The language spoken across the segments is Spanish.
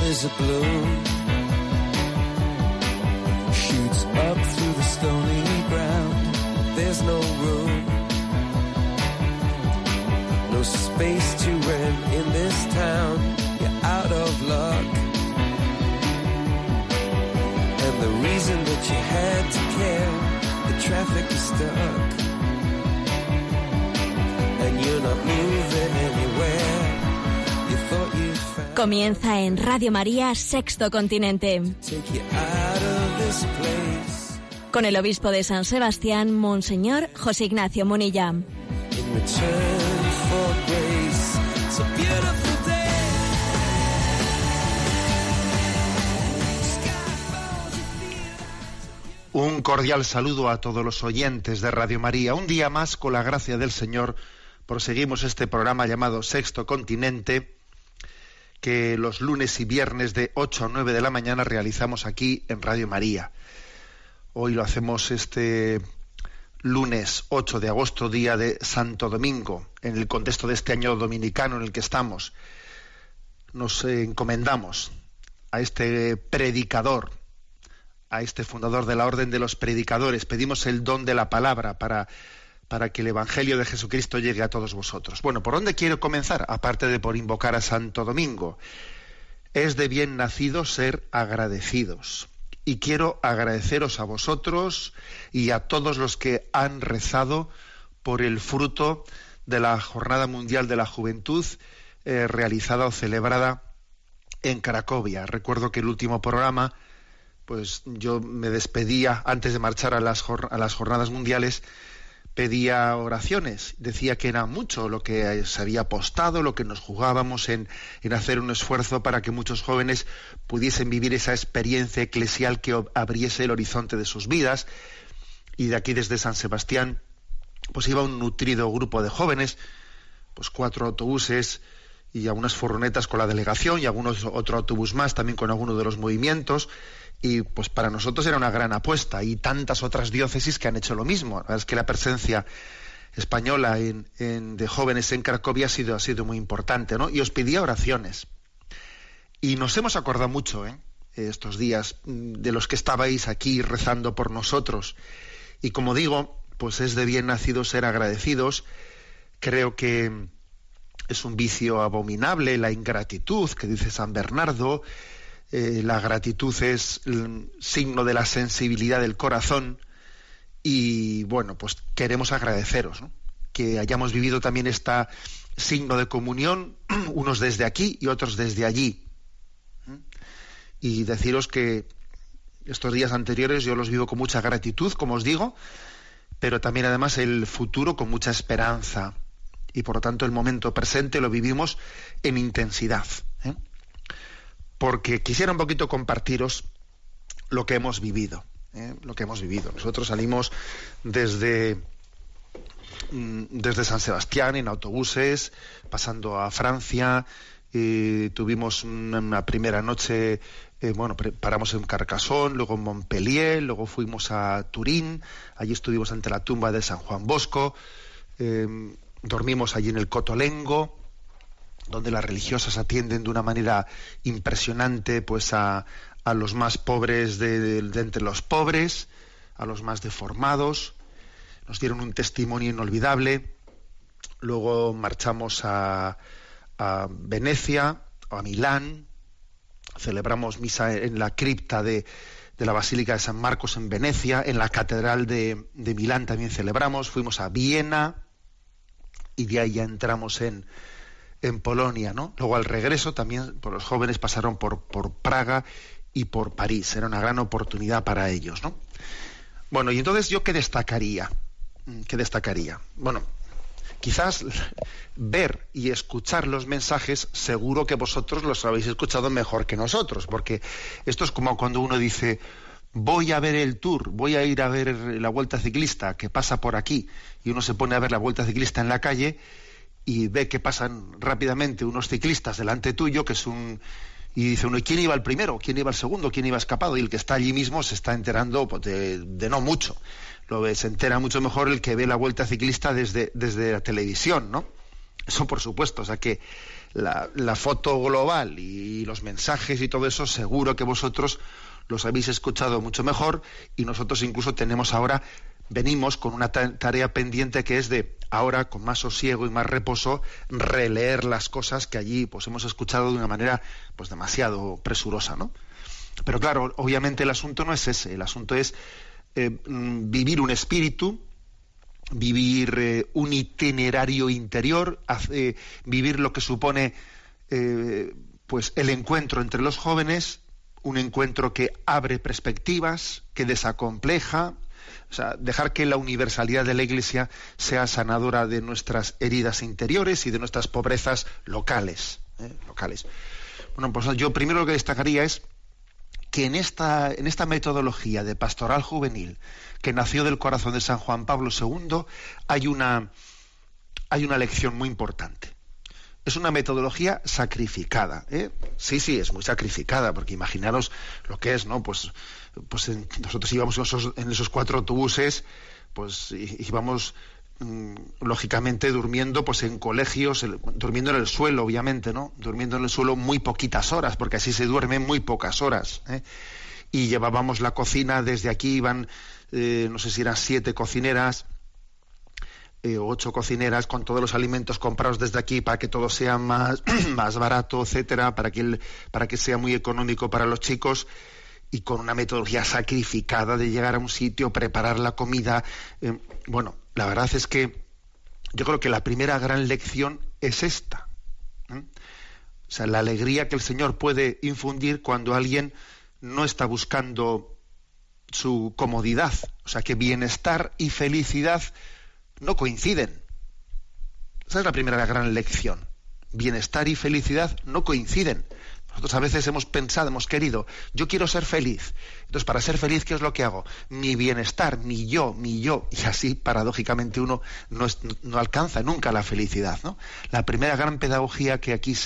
is a bloom, shoots up through the stony ground. There's no room, no space to rent in this town. You're out of luck, and the reason that you had to care, the traffic is stuck, and you're not moving anywhere. You thought you found. Comienza en Radio María Sexto Continente, Take you out of this place. con el obispo de San Sebastián, Monseñor José Ignacio Munilla. In return for grace, it's a beautiful day. Un cordial saludo a todos los oyentes de Radio María. Un día más, con la gracia del Señor, proseguimos este programa llamado Sexto Continente, que los lunes y viernes de 8 a 9 de la mañana realizamos aquí en Radio María. Hoy lo hacemos este lunes 8 de agosto, día de Santo Domingo, en el contexto de este año dominicano en el que estamos. Nos encomendamos a este predicador, a este fundador de la Orden de los Predicadores. Pedimos el don de la palabra para que el Evangelio de Jesucristo llegue a todos vosotros. Bueno, ¿por dónde quiero comenzar? Aparte de por invocar a Santo Domingo. Es de bien nacido ser agradecidos. Y quiero agradeceros a vosotros y a todos los que han rezado por el fruto de la Jornada Mundial de la Juventud realizada o celebrada en Cracovia. Recuerdo que el último programa, pues yo me despedía antes de marchar a las Jornadas Mundiales, pedía oraciones, decía que era mucho lo que se había apostado, lo que nos jugábamos en hacer un esfuerzo para que muchos jóvenes pudiesen vivir esa experiencia eclesial que abriese el horizonte de sus vidas. Y de aquí desde San Sebastián pues iba un nutrido grupo de jóvenes, pues 4 autobuses y algunas furgonetas con la delegación y otro autobús más también con algunos de los movimientos. Y pues para nosotros era una gran apuesta, y tantas otras diócesis que han hecho lo mismo. La verdad es que la presencia española de jóvenes en Cracovia ha sido muy importante, ¿no? Y os pedía oraciones. Y nos hemos acordado mucho, estos días, de los que estabais aquí rezando por nosotros. Y como digo, pues es de bien nacido ser agradecidos. Creo que es un vicio abominable la ingratitud, que dice San Bernardo. La gratitud es el signo de la sensibilidad del corazón, y bueno, pues queremos agradeceros, ¿no? Que hayamos vivido también este signo de comunión, unos desde aquí y otros desde allí. Y deciros que estos días anteriores yo los vivo con mucha gratitud, como os digo, pero también además el futuro con mucha esperanza, y por lo tanto el momento presente lo vivimos en intensidad, porque quisiera un poquito compartiros lo que hemos vivido, Nosotros salimos desde San Sebastián en autobuses, pasando a Francia, tuvimos una primera noche, paramos en Carcassonne, luego en Montpellier, luego fuimos a Turín, allí estuvimos ante la tumba de San Juan Bosco, dormimos allí en el Cotolengo, donde las religiosas atienden de una manera impresionante pues a los más pobres de entre los pobres, a los más deformados. Nos dieron un testimonio inolvidable. Luego marchamos a Venecia, a Milán, celebramos misa en la cripta de la Basílica de San Marcos en Venecia, en la Catedral de Milán también celebramos, fuimos a Viena, y de ahí ya entramos en Polonia, ¿no? Luego al regreso también por los jóvenes pasaron por Praga y por París. Era una gran oportunidad para ellos, ¿no? Bueno, y entonces yo ¿qué destacaría? Bueno, quizás ver y escuchar los mensajes, seguro que vosotros los habéis escuchado mejor que nosotros, porque esto es como cuando uno dice: voy a ver el Tour, voy a ir a ver la Vuelta Ciclista que pasa por aquí, y uno se pone a ver la Vuelta Ciclista en la calle y ve que pasan rápidamente unos ciclistas delante tuyo, y dice uno: ¿y quién iba el primero? ¿Quién iba el segundo? ¿Quién iba escapado? Y el que está allí mismo se está enterando de no mucho. Se entera mucho mejor el que ve la Vuelta Ciclista desde la televisión, ¿no? Eso por supuesto, o sea que la foto global y los mensajes y todo eso seguro que vosotros los habéis escuchado mucho mejor, y nosotros incluso venimos con una tarea pendiente, que es de ahora, con más sosiego y más reposo, releer las cosas que allí pues hemos escuchado de una manera pues demasiado presurosa, ¿no? Pero claro, obviamente el asunto no es ese, el asunto es vivir un espíritu, vivir un itinerario interior, vivir lo que supone pues el encuentro entre los jóvenes, un encuentro que abre perspectivas, que desacompleja, o sea, dejar que la universalidad de la Iglesia sea sanadora de nuestras heridas interiores y de nuestras pobrezas locales. Bueno, pues yo primero lo que destacaría es que en esta metodología de pastoral juvenil que nació del corazón de San Juan Pablo II hay una lección muy importante. Es una metodología sacrificada, ¿eh? Sí, es muy sacrificada, porque imaginaros lo que es, ¿no? Pues nosotros íbamos en esos 4 autobuses, pues íbamos lógicamente durmiendo pues en colegios, durmiendo en el suelo, obviamente, ¿no? Durmiendo en el suelo muy poquitas horas, porque así se duerme muy pocas horas, ¿eh? Y llevábamos la cocina, desde aquí iban, no sé si eran 7 cocineras, 8 cocineras, con todos los alimentos comprados desde aquí para que todo sea más barato, etcétera, para que sea muy económico para los chicos, y con una metodología sacrificada de llegar a un sitio, preparar la comida. Bueno, la verdad es que yo creo que la primera gran lección es esta, ¿eh? O sea, la alegría que el Señor puede infundir cuando alguien no está buscando su comodidad. O sea, que bienestar y felicidad no coinciden. Esa es la primera gran lección. Bienestar y felicidad no coinciden. Nosotros a veces hemos querido, yo quiero ser feliz. Entonces, para ser feliz, ¿qué es lo que hago? Mi bienestar, mi yo. Y así, paradójicamente, uno no alcanza nunca la felicidad, ¿no? La primera gran pedagogía que aquí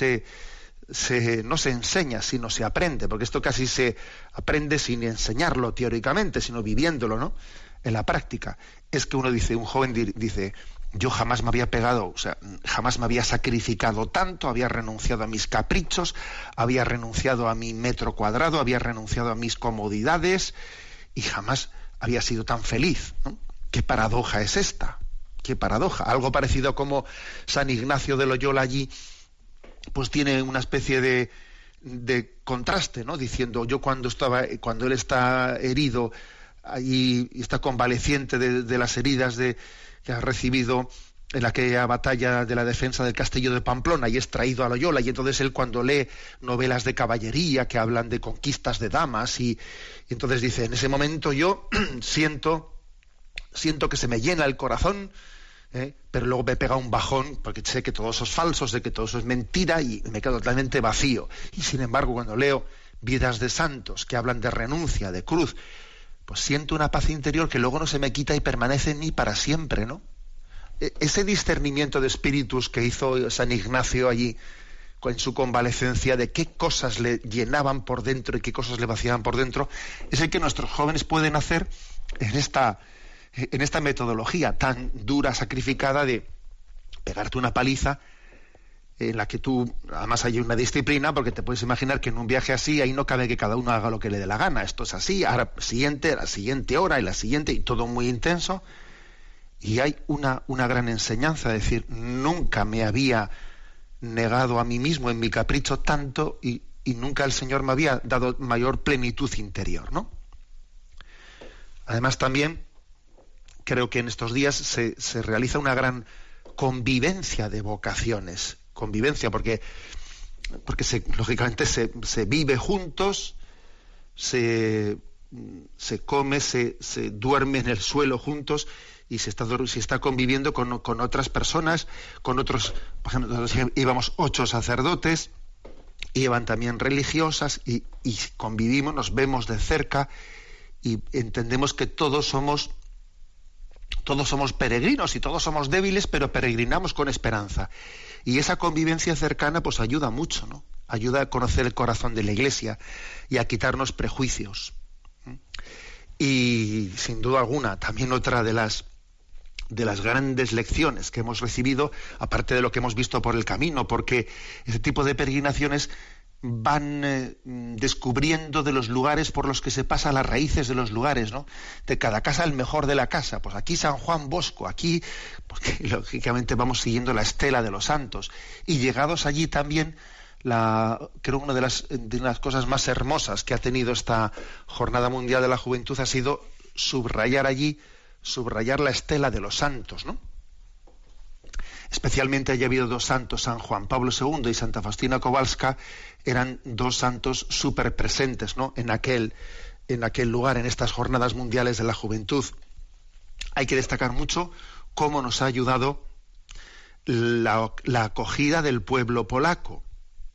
no se enseña, sino se aprende, porque esto casi se aprende sin enseñarlo teóricamente, sino viviéndolo, ¿no? En la práctica. Es que un joven dice, yo jamás me había jamás me había sacrificado tanto, había renunciado a mis caprichos, había renunciado a mi metro cuadrado, había renunciado a mis comodidades, y jamás había sido tan feliz, ¿no? ¿Qué paradoja es esta? ¿Qué paradoja? Algo parecido como San Ignacio de Loyola allí, pues tiene una especie de contraste, ¿no? Diciendo, yo cuando él está herido allí y está convaleciente de las heridas que ha recibido en aquella batalla de la defensa del castillo de Pamplona, y es traído a Loyola, y entonces él, cuando lee novelas de caballería que hablan de conquistas de damas, y entonces dice, en ese momento yo siento que se me llena el corazón, pero luego me pega un bajón, porque sé que todo eso es falso, sé que todo eso es mentira, y me quedo totalmente vacío. Y sin embargo, cuando leo vidas de santos que hablan de renuncia, de cruz, pues siento una paz interior que luego no se me quita y permanece en mí para siempre, ¿no? Ese discernimiento de espíritus que hizo San Ignacio allí en su convalecencia, de qué cosas le llenaban por dentro y qué cosas le vaciaban por dentro, es el que nuestros jóvenes pueden hacer en esta metodología tan dura, sacrificada, de pegarte una paliza, en la que tú, además hay una disciplina, porque te puedes imaginar que en un viaje así, ahí no cabe que cada uno haga lo que le dé la gana. Esto es así, ahora la siguiente hora y la siguiente, y todo muy intenso. Y hay una gran enseñanza, es decir, nunca me había negado a mí mismo en mi capricho tanto, y nunca el Señor me había dado mayor plenitud interior, ¿no? Además, también creo que en estos días se realiza una gran convivencia de vocaciones. Convivencia, porque lógicamente se vive juntos, se come, se duerme en el suelo juntos, y se está conviviendo con otras personas, con otros. Por ejemplo, nosotros íbamos 8 sacerdotes, iban también religiosas, y convivimos, nos vemos de cerca, y entendemos que todos somos peregrinos y todos somos débiles, pero peregrinamos con esperanza. Y esa convivencia cercana pues ayuda mucho, ¿no? Ayuda a conocer el corazón de la Iglesia y a quitarnos prejuicios. Y sin duda alguna, también otra de las de las grandes lecciones que hemos recibido, aparte de lo que hemos visto por el camino, porque ese tipo de peregrinaciones van descubriendo de los lugares por los que se pasa, las raíces de los lugares, ¿no? De cada casa el mejor de la casa. Pues aquí San Juan Bosco, aquí, porque lógicamente vamos siguiendo la estela de los santos. Y llegados allí también, creo una de las cosas más hermosas que ha tenido esta Jornada Mundial de la Juventud ha sido subrayar la estela de los santos, ¿no? Especialmente haya habido dos santos, San Juan Pablo II y Santa Faustina Kowalska, eran dos santos súper presentes, ¿no? en aquel lugar, en estas Jornadas Mundiales de la Juventud. Hay que destacar mucho cómo nos ha ayudado la acogida del pueblo polaco.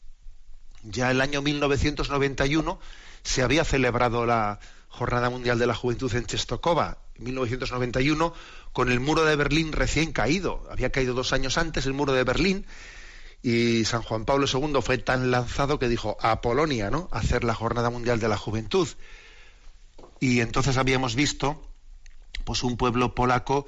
Ya el año 1991 se había celebrado la Jornada Mundial de la Juventud en Czestochowa, en 1991, con el muro de Berlín recién caído. Había caído 2 años antes el muro de Berlín, y San Juan Pablo II fue tan lanzado que dijo a Polonia, ¿no?, a hacer la Jornada Mundial de la Juventud. Y entonces habíamos visto pues un pueblo polaco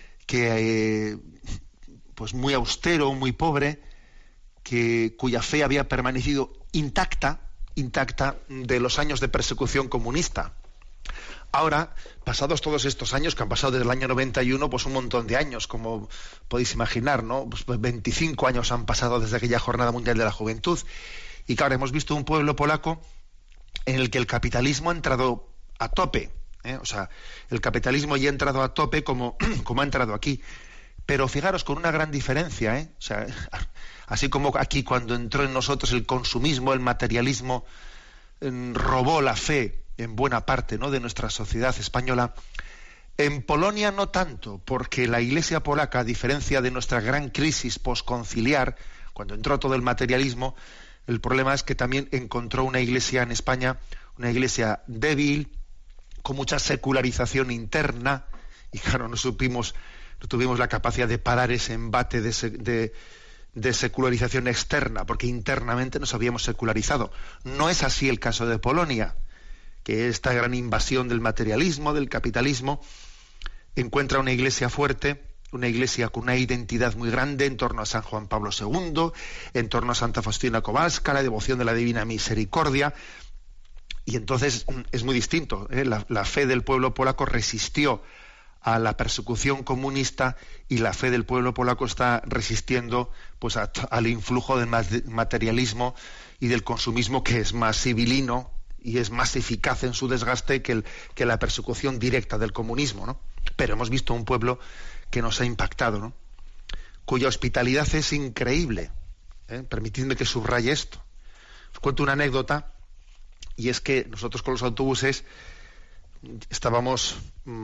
que pues muy austero, muy pobre, cuya fe había permanecido intacta de los años de persecución comunista. Ahora, pasados todos estos años, que han pasado desde el año 91, pues un montón de años, como podéis imaginar, ¿no? Pues 25 años han pasado desde aquella Jornada Mundial de la Juventud. Y claro, hemos visto un pueblo polaco en el que el capitalismo ha entrado a tope, ¿eh? O sea, el capitalismo ya ha entrado a tope como ha entrado aquí. Pero fijaros, con una gran diferencia, ¿eh? O sea, así como aquí cuando entró en nosotros el consumismo, el materialismo, robó la fe en buena parte, ¿no?, de nuestra sociedad española. En Polonia no tanto, porque la Iglesia polaca, a diferencia de nuestra gran crisis posconciliar, cuando entró todo el materialismo, el problema es que también encontró una Iglesia en España, una Iglesia débil, con mucha secularización interna, y claro, no tuvimos la capacidad de parar ese embate de secularización externa, porque internamente nos habíamos secularizado. No es así el caso de Polonia, que esta gran invasión del materialismo, del capitalismo, encuentra una iglesia fuerte, una iglesia con una identidad muy grande en torno a San Juan Pablo II, en torno a Santa Faustina Kowalska, la devoción de la Divina Misericordia, y entonces es muy distinto, ¿eh? La fe del pueblo polaco resistió a la persecución comunista, y la fe del pueblo polaco está resistiendo pues al influjo del materialismo y del consumismo, que es más civilino y es más eficaz en su desgaste que la persecución directa del comunismo, ¿no? Pero hemos visto un pueblo que nos ha impactado, ¿no?, cuya hospitalidad es increíble, ¿eh? Permitidme que subraye esto. Os cuento una anécdota, y es que nosotros con los autobuses estábamos,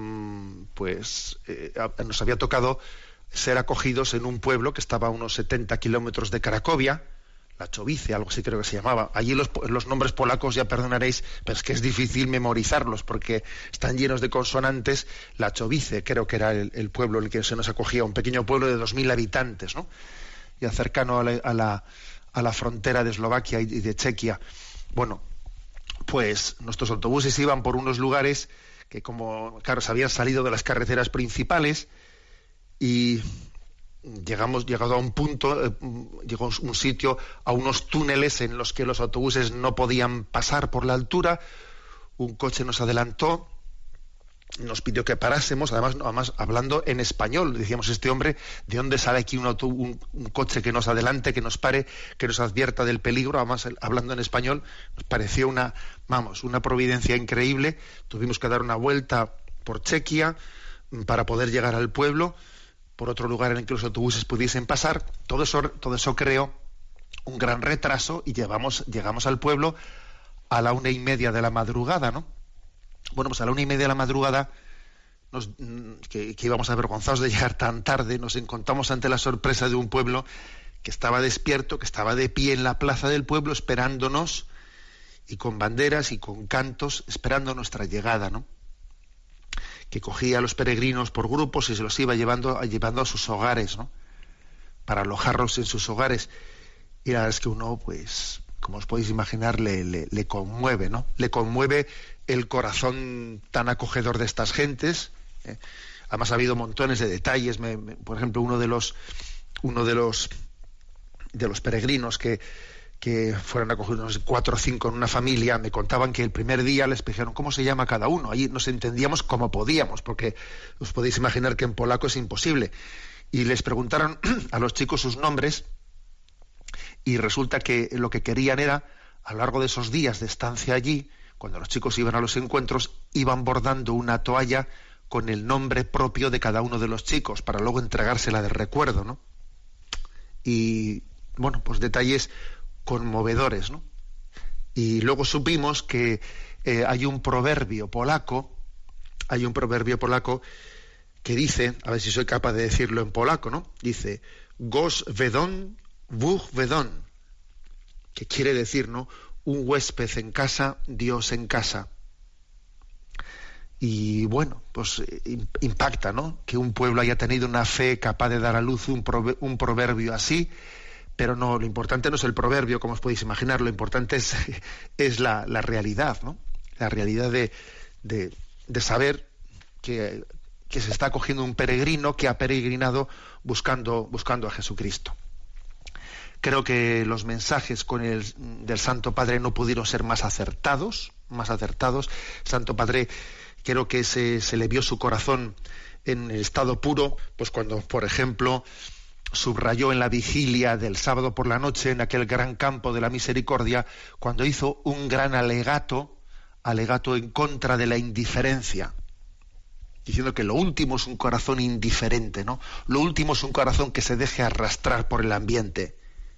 nos había tocado ser acogidos en un pueblo que estaba a unos 70 kilómetros de Cracovia, Lachowice, algo así creo que se llamaba. Allí los nombres polacos, ya perdonaréis, pero es que es difícil memorizarlos porque están llenos de consonantes. Lachowice creo que era el pueblo en el que se nos acogía, un pequeño pueblo de 2.000 habitantes, ¿no?, ya cercano a la frontera de Eslovaquia y de Chequia. Bueno, pues nuestros autobuses iban por unos lugares que, como claro, se habían salido de las carreteras principales, y llegado a un punto, llegó a un sitio, a unos túneles en los que los autobuses no podían pasar por la altura. Un coche nos adelantó, nos pidió que parásemos, además hablando en español. Decíamos, este hombre, ¿de dónde sale aquí un coche que nos adelante, que nos pare, que nos advierta del peligro? Además, hablando en español, nos pareció una providencia increíble. Tuvimos que dar una vuelta por Chequia para poder llegar al pueblo, por otro lugar en el que los autobuses pudiesen pasar. Todo eso creó un gran retraso, y llegamos al pueblo a la 1:30 de la madrugada, ¿no? Bueno, pues a la 1:30 de la madrugada, que íbamos avergonzados de llegar tan tarde, nos encontramos ante la sorpresa de un pueblo que estaba despierto, que estaba de pie en la plaza del pueblo esperándonos, y con banderas y con cantos, esperando nuestra llegada, ¿no?, que cogía a los peregrinos por grupos y se los iba llevando a sus hogares, ¿no?, para alojarlos en sus hogares. Y la verdad es que uno, pues, como os podéis imaginar, le conmueve, ¿no? Le conmueve el corazón tan acogedor de estas gentes, ¿eh? Además ha habido montones de detalles. Por ejemplo, uno de los peregrinos que fueron acogidos 4 o 5 en una familia, me contaban que el primer día les dijeron cómo se llama cada uno. Allí nos entendíamos como podíamos, porque os podéis imaginar que en polaco es imposible. Y les preguntaron a los chicos sus nombres, y resulta que lo que querían era, a lo largo de esos días de estancia allí, cuando los chicos iban a los encuentros, iban bordando una toalla con el nombre propio de cada uno de los chicos, para luego entregársela de recuerdo, ¿no? Y, bueno, pues detalles conmovedores, ¿no? Y luego supimos que hay un proverbio polaco que dice, a ver si soy capaz de decirlo en polaco, ¿no? Dice, Gość wedon, Bóg wedon, que quiere decir, ¿no?, un huésped en casa, Dios en casa. Y bueno, pues impacta, ¿no?, que un pueblo haya tenido una fe capaz de dar a luz un proverbio así. Pero no, lo importante no es el proverbio, como os podéis imaginar, lo importante es la realidad, ¿no? La realidad de saber que se está acogiendo un peregrino que ha peregrinado buscando a Jesucristo. Creo que los mensajes del Santo Padre no pudieron ser más acertados. Santo Padre, creo que se le vio su corazón en estado puro, pues cuando, por ejemplo, subrayó en la vigilia del sábado por la noche, en aquel gran campo de la misericordia, cuando hizo un gran alegato en contra de la indiferencia, diciendo que lo último es un corazón indiferente, ¿no? Lo último es un corazón que se deje arrastrar por el ambiente,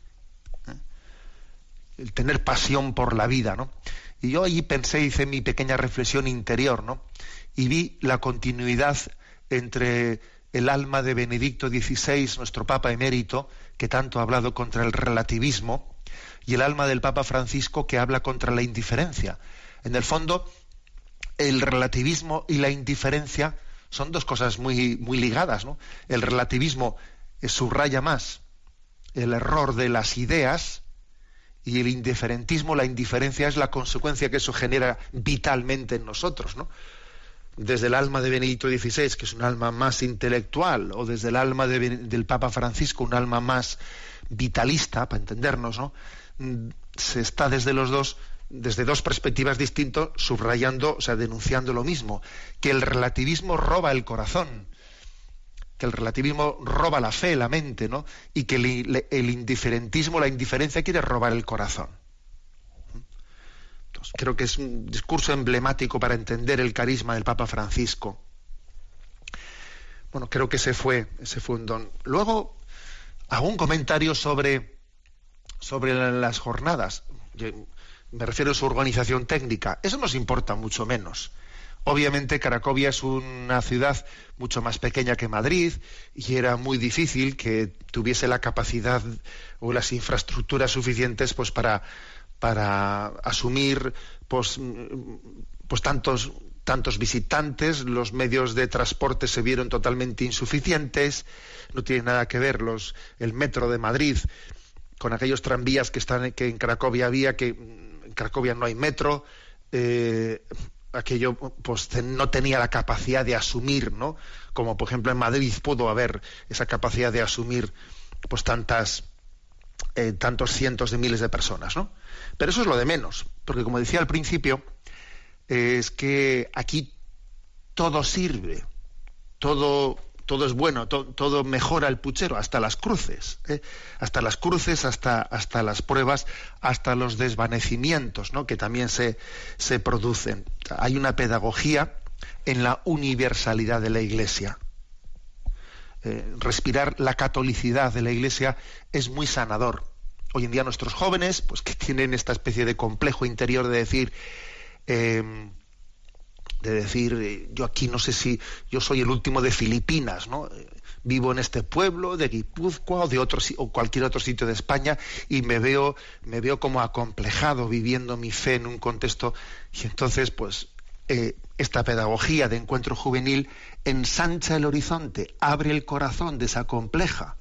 el tener pasión por la vida, ¿no? Y yo allí hice mi pequeña reflexión interior, ¿no? Y vi la continuidad entre el alma de Benedicto XVI, nuestro Papa emérito, que tanto ha hablado contra el relativismo, y el alma del Papa Francisco, que habla contra la indiferencia. En el fondo, el relativismo y la indiferencia son dos cosas muy, muy ligadas, ¿no? El relativismo subraya más el error de las ideas, y el indiferentismo, la indiferencia, es la consecuencia que eso genera vitalmente en nosotros, ¿no? Desde el alma de Benedicto XVI, que es un alma más intelectual, o desde el alma del Papa Francisco, un alma más vitalista, para entendernos, ¿no? Se está desde dos perspectivas distintas, subrayando, o sea, denunciando lo mismo, que el relativismo roba el corazón, que el relativismo roba la fe, la mente, ¿no? Y que el indiferentismo, la indiferencia, quiere robar el corazón. Creo que es un discurso emblemático para entender el carisma del Papa Francisco. Bueno, creo que ese fue un don. Luego, hago un comentario sobre las jornadas. Me refiero a su organización técnica. Eso nos importa mucho menos. Obviamente Cracovia es una ciudad mucho más pequeña que Madrid, y era muy difícil que tuviese la capacidad o las infraestructuras suficientes, pues para asumir pues tantos visitantes. Los medios de transporte se vieron totalmente insuficientes. No tiene nada que ver el metro de Madrid con aquellos tranvías que en Cracovia había, que en Cracovia no hay metro. Aquello pues no tenía la capacidad de asumir, ¿no? Como por ejemplo en Madrid pudo haber esa capacidad de asumir pues tantos cientos de miles de personas, ¿no? Pero eso es lo de menos, porque como decía al principio, es que aquí todo sirve, todo es bueno, todo mejora el puchero, hasta las cruces, hasta las pruebas, hasta los desvanecimientos, ¿no?, que también se producen. Hay una pedagogía en la universalidad de la Iglesia. Respirar la catolicidad de la Iglesia es muy sanador. Hoy en día nuestros jóvenes, pues que tienen esta especie de complejo interior de decir, yo aquí no sé si yo soy el último de Filipinas, ¿no? Vivo en este pueblo de Guipúzcoa o cualquier otro sitio de España, y me veo como acomplejado viviendo mi fe en un contexto. Y entonces, pues, esta pedagogía de encuentro juvenil ensancha el horizonte, abre el corazón, desacompleja.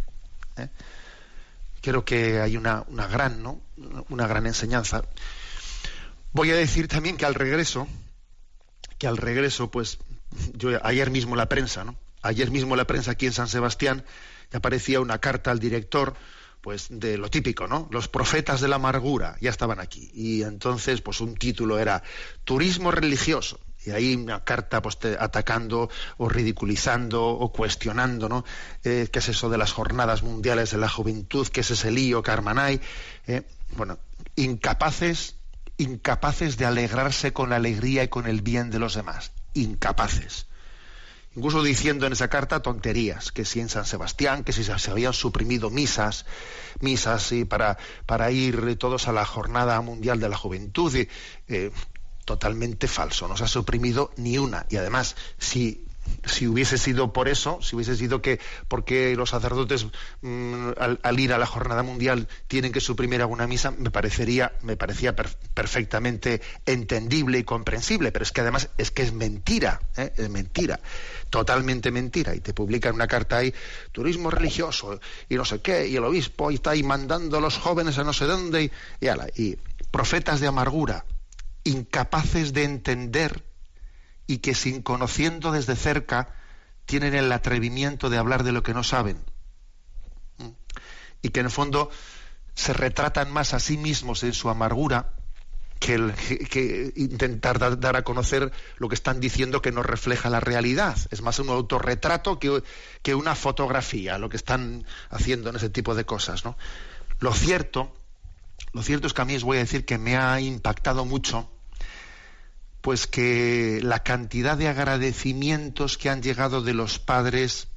Creo que hay una gran enseñanza. Voy a decir también que al regreso, pues Ayer mismo en la prensa, ¿no? Ayer mismo en la prensa aquí en San Sebastián aparecía una carta al director, pues de lo típico, ¿no? Los profetas de la amargura ya estaban aquí. Y entonces, pues un título era Turismo religioso. Y ahí una carta pues, atacando o ridiculizando o cuestionando, ¿no? ¿Qué es eso de las jornadas mundiales de la juventud? ¿Qué es ese lío que arman ahí? Bueno, incapaces de alegrarse con la alegría y con el bien de los demás. Incapaces. Incluso diciendo en esa carta tonterías, que si en San Sebastián, que si se habían suprimido misas y para ir todos a la Jornada Mundial de la Juventud. Totalmente falso, no se ha suprimido ni una. Y además, si hubiese sido por eso, si hubiese sido porque los sacerdotes al ir a la Jornada Mundial tienen que suprimir alguna misa, me parecía perfectamente entendible y comprensible, pero es que además es mentira, es mentira, totalmente mentira. Y te publican una carta ahí, turismo religioso y no sé qué, y el obispo está ahí mandando a los jóvenes a no sé dónde, y profetas de amargura, incapaces de entender y que sin conociendo desde cerca tienen el atrevimiento de hablar de lo que no saben, y que en el fondo se retratan más a sí mismos en su amargura que intentar dar a conocer lo que están diciendo, que no refleja la realidad. Es más un autorretrato que una fotografía lo que están haciendo en ese tipo de cosas, ¿no? Lo cierto es que a mí os voy a decir que me ha impactado mucho pues que la cantidad de agradecimientos que han llegado de los padres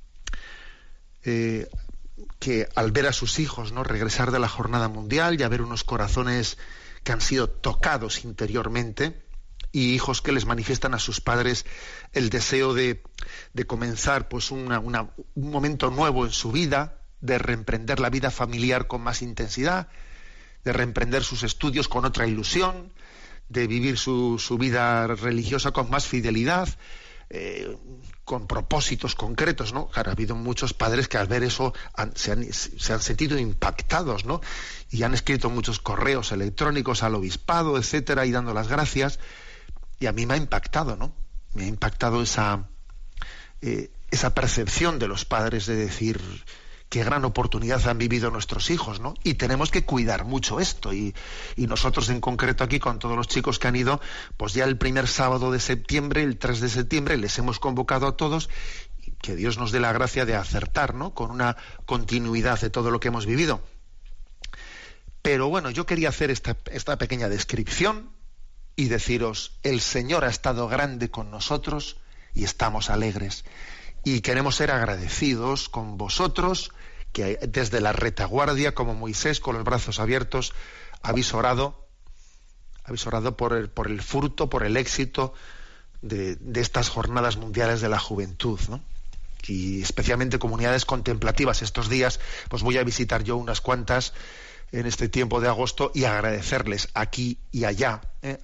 que al ver a sus hijos, ¿no?, regresar de la Jornada Mundial y a ver unos corazones que han sido tocados interiormente, y hijos que les manifiestan a sus padres el deseo de comenzar pues un momento nuevo en su vida, de reemprender la vida familiar con más intensidad, de reemprender sus estudios con otra ilusión, de vivir su vida religiosa con más fidelidad, con propósitos concretos, ¿no? Claro, ha habido muchos padres que al ver eso se han sentido impactados, ¿no? Y han escrito muchos correos electrónicos al obispado, etcétera, y dando las gracias. Y a mí me ha impactado, ¿no? Me ha impactado esa percepción de los padres de decir qué gran oportunidad han vivido nuestros hijos, ¿no? Y tenemos que cuidar mucho esto. Y nosotros en concreto aquí, con todos los chicos que han ido, pues ya el primer sábado de septiembre, el 3 de septiembre, les hemos convocado a todos, y que Dios nos dé la gracia de acertar, ¿no?, con una continuidad de todo lo que hemos vivido. Pero bueno, yo quería hacer esta pequeña descripción y deciros, el Señor ha estado grande con nosotros y estamos alegres. Y queremos ser agradecidos con vosotros, que desde la retaguardia, como Moisés, con los brazos abiertos, habéis orado por el fruto, por el éxito de estas jornadas mundiales de la juventud, ¿no? Y especialmente comunidades contemplativas. Estos días pues voy a visitar yo unas cuantas en este tiempo de agosto y agradecerles aquí y allá,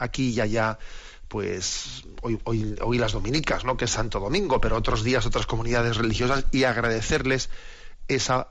pues hoy las dominicas, ¿no?, que es Santo Domingo, pero otros días otras comunidades religiosas, y agradecerles esa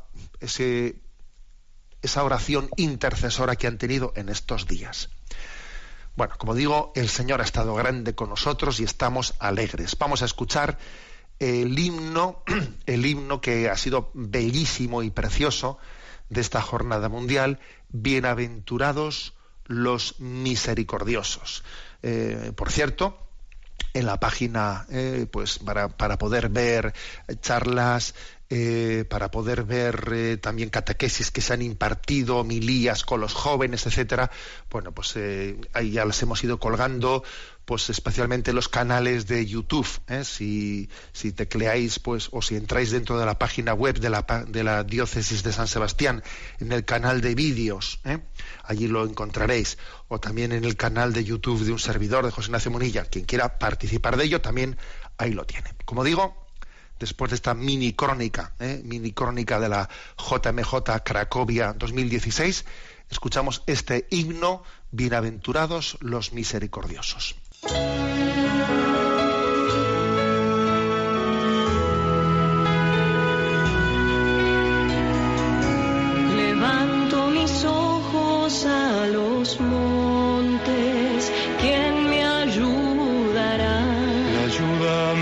oración intercesora que han tenido en estos días. Bueno, como digo, el Señor ha estado grande con nosotros y estamos alegres. Vamos a escuchar el himno que ha sido bellísimo y precioso de esta jornada mundial, Bienaventurados los misericordiosos. Por cierto, en la página, pues para poder ver charlas, para poder ver también catequesis que se han impartido, homilías con los jóvenes, etcétera, bueno, pues ahí ya las hemos ido colgando, pues especialmente los canales de YouTube, si tecleáis, pues, o si entráis dentro de la página web de la Diócesis de San Sebastián, en el canal de vídeos, allí lo encontraréis, o también en el canal de YouTube de un servidor, de José Ignacio Munilla. Quien quiera participar de ello también ahí lo tiene. Como digo, después de esta mini crónica de la JMJ Cracovia 2016, escuchamos este himno, Bienaventurados los misericordiosos. Levanto mis ojos a los montes, ¿quién me ayudará? La ayuda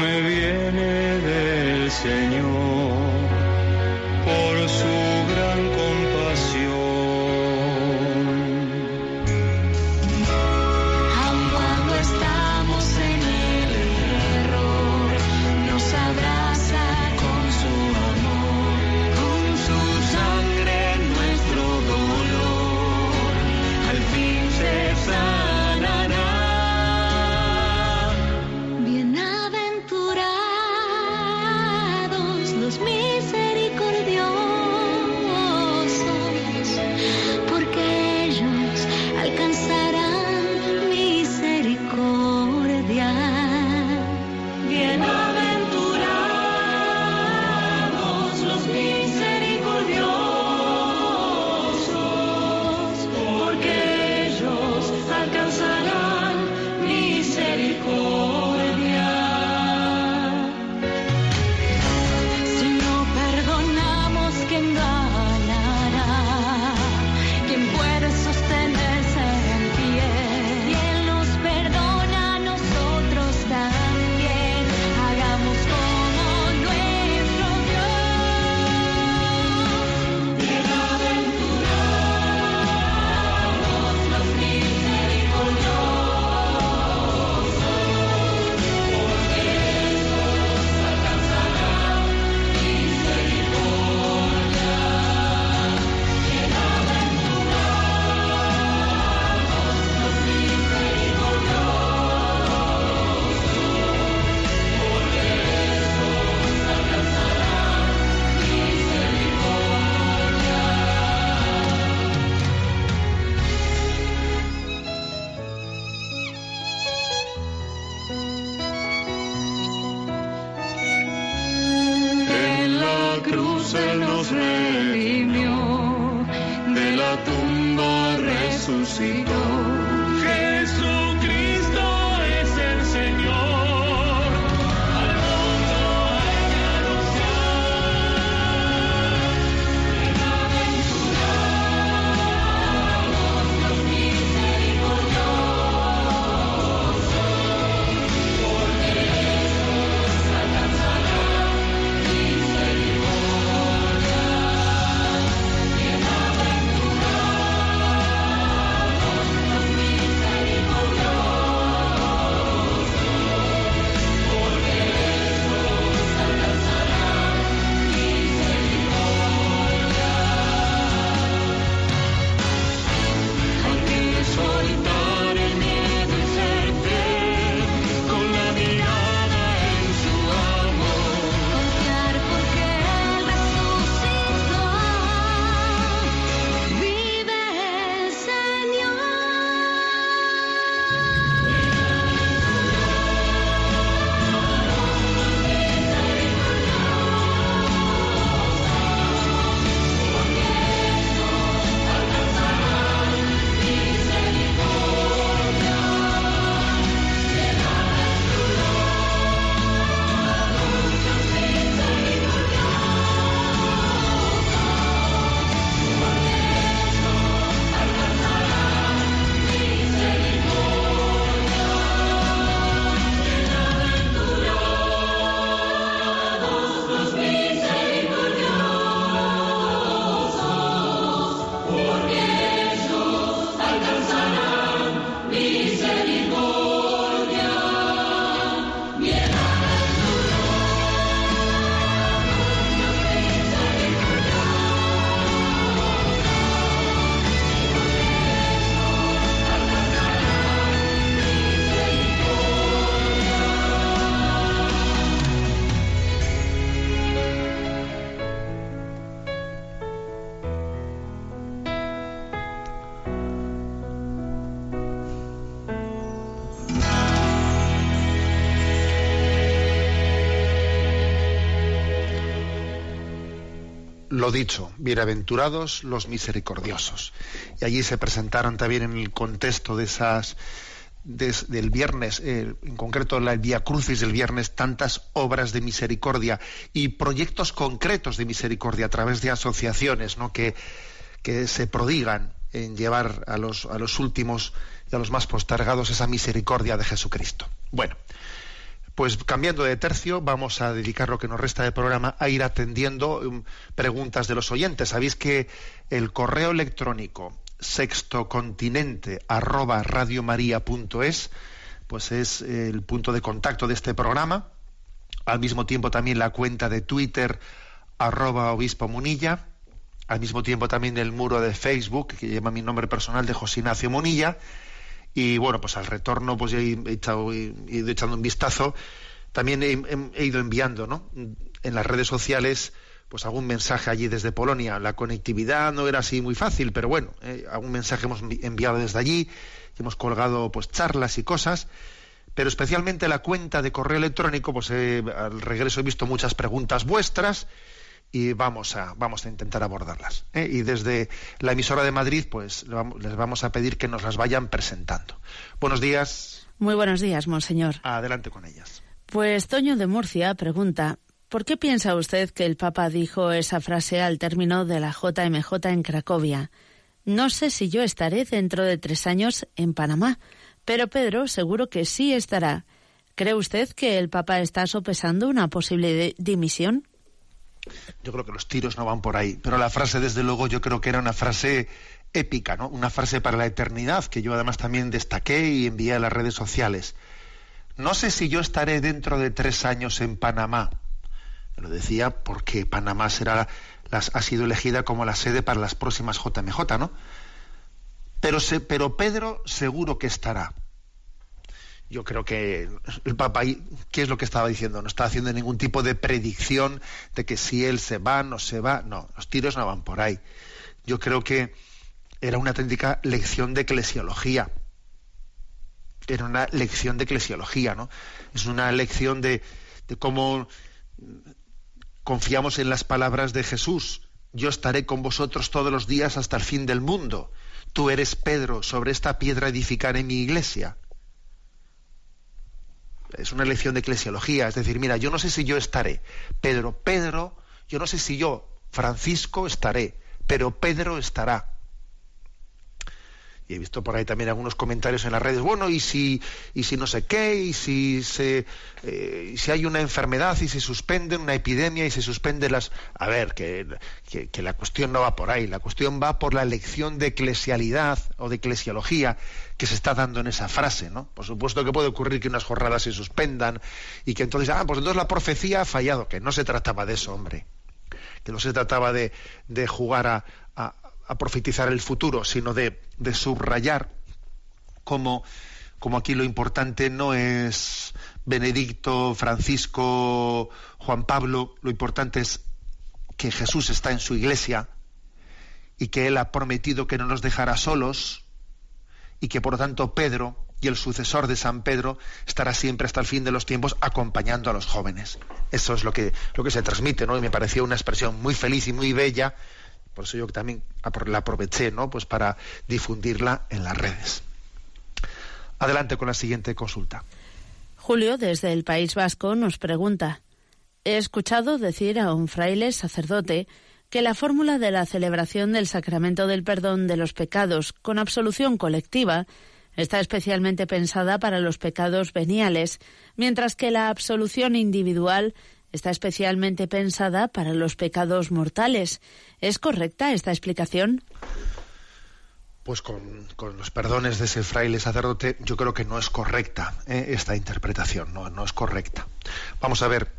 cruz Él nos redimió, de la tumba resucitó. Jesucristo es el Señor, al mundo hay que anunciar. Bienaventurados los misericordiosos, porque ellos alcanzarán misericordia. Hay que soltar el miedo y ser fiel, con la mirada en su amor. Confiar porque Él resucitó, vive el Señor. Lo dicho, bienaventurados los misericordiosos. Y allí se presentaron también en el contexto de esas del viernes, en concreto el Vía Crucis del viernes, tantas obras de misericordia y proyectos concretos de misericordia a través de asociaciones, ¿no?, que se prodigan en llevar a los últimos y a los más postergados esa misericordia de Jesucristo. Bueno, pues cambiando de tercio, vamos a dedicar lo que nos resta de programa a ir atendiendo preguntas de los oyentes. Sabéis que el correo electrónico sextocontinente@radiomaria.es pues es el punto de contacto de este programa. Al mismo tiempo también la cuenta de Twitter @obispo Munilla. Al mismo tiempo también el muro de Facebook que lleva mi nombre personal de José Ignacio Munilla. Y bueno, pues al retorno pues he ido echando un vistazo. También he ido enviando, ¿no?, en las redes sociales pues algún mensaje allí desde Polonia. La conectividad no era así muy fácil, pero bueno, algún mensaje hemos enviado desde allí, hemos colgado pues charlas y cosas, pero especialmente la cuenta de correo electrónico, pues al regreso he visto muchas preguntas vuestras y vamos a intentar abordarlas. Y desde la emisora de Madrid, pues les vamos a pedir que nos las vayan presentando. Buenos días. Muy buenos días, monseñor. Adelante con ellas. Pues Toño de Murcia pregunta: ¿por qué piensa usted que el Papa dijo esa frase al término de la JMJ en Cracovia? No sé si yo estaré dentro de 3 años en Panamá, pero Pedro seguro que sí estará. ¿Cree usted que el Papa está sopesando una posible dimisión? Yo creo que los tiros no van por ahí, pero la frase, desde luego, yo creo que era una frase épica, ¿no? Una frase para la eternidad, que yo además también destaqué y envié a las redes sociales. No sé si yo estaré dentro de 3 años en Panamá. Lo decía porque Panamá ha sido elegida como la sede para las próximas JMJ, ¿no? Pero Pedro seguro que estará. Yo creo que el Papa, ¿qué es lo que estaba diciendo? No estaba haciendo ningún tipo de predicción de que si él se va, no se va. No, los tiros no van por ahí. Yo creo que era una auténtica lección de eclesiología. Era una lección de eclesiología, ¿no? Es una lección de cómo confiamos en las palabras de Jesús: yo estaré con vosotros todos los días hasta el fin del mundo. Tú eres Pedro, sobre esta piedra edificaré mi iglesia. Es una lección de eclesiología, es decir, mira, yo no sé si yo estaré, Pedro, yo no sé si yo, Francisco, estaré, pero Pedro estará. Y he visto por ahí también algunos comentarios en las redes, bueno, y si no sé qué, y si hay una enfermedad y se suspende una epidemia y se suspenden las... A ver, que la cuestión no va por ahí, la cuestión va por la lección de eclesialidad o de eclesiología que se está dando en esa frase, ¿no? Por supuesto que puede ocurrir que unas jornadas se suspendan y que entonces, pues entonces la profecía ha fallado, que no se trataba de eso, hombre, que no se trataba de jugar a profetizar el futuro, sino de subrayar como aquí lo importante no es Benedicto, Francisco, Juan Pablo, lo importante es que Jesús está en su iglesia y que Él ha prometido que no nos dejará solos y que por lo tanto Pedro y el sucesor de San Pedro estará siempre hasta el fin de los tiempos acompañando a los jóvenes. Eso es lo que se transmite, ¿no? Y me pareció una expresión muy feliz y muy bella. Por eso yo también la aproveché, ¿no? Pues para difundirla en las redes. Adelante con la siguiente consulta. Julio, desde el País Vasco, nos pregunta: he escuchado decir a un fraile sacerdote que la fórmula de la celebración del sacramento del perdón de los pecados con absolución colectiva está especialmente pensada para los pecados veniales, mientras que la absolución individual está especialmente pensada para los pecados mortales. ¿Es correcta esta explicación? Pues con los perdones de ese fraile sacerdote, yo creo que no es correcta esta interpretación, no es correcta. Vamos a ver,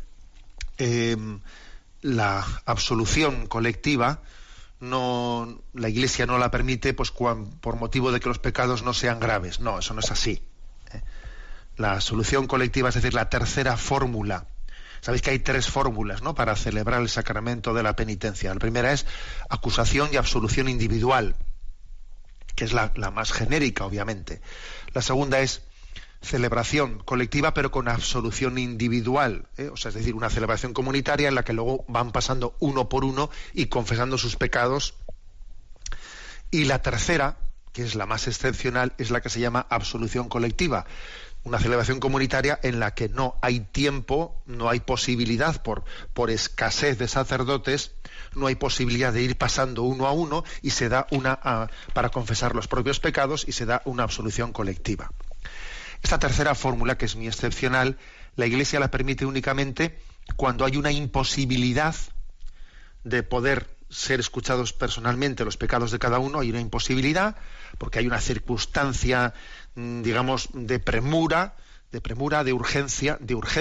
la absolución colectiva, la Iglesia no la permite pues por motivo de que los pecados no sean graves. No, eso no es así. La absolución colectiva, es decir, la tercera fórmula. Sabéis que hay 3 fórmulas, ¿no?, para celebrar el sacramento de la penitencia. La primera es acusación y absolución individual, que es la más genérica, obviamente. La segunda es celebración colectiva, pero con absolución individual, o sea, es decir, una celebración comunitaria en la que luego van pasando uno por uno y confesando sus pecados. Y la tercera, que es la más excepcional, es la que se llama absolución colectiva, una celebración comunitaria en la que no hay tiempo, no hay posibilidad por escasez de sacerdotes, no hay posibilidad de ir pasando uno a uno y se da para confesar los propios pecados y se da una absolución colectiva. Esta tercera fórmula, que es muy excepcional, la Iglesia la permite únicamente cuando hay una imposibilidad de poder ser escuchados personalmente los pecados de cada uno. Hay una imposibilidad porque hay una circunstancia, digamos, de premura, de urgencia,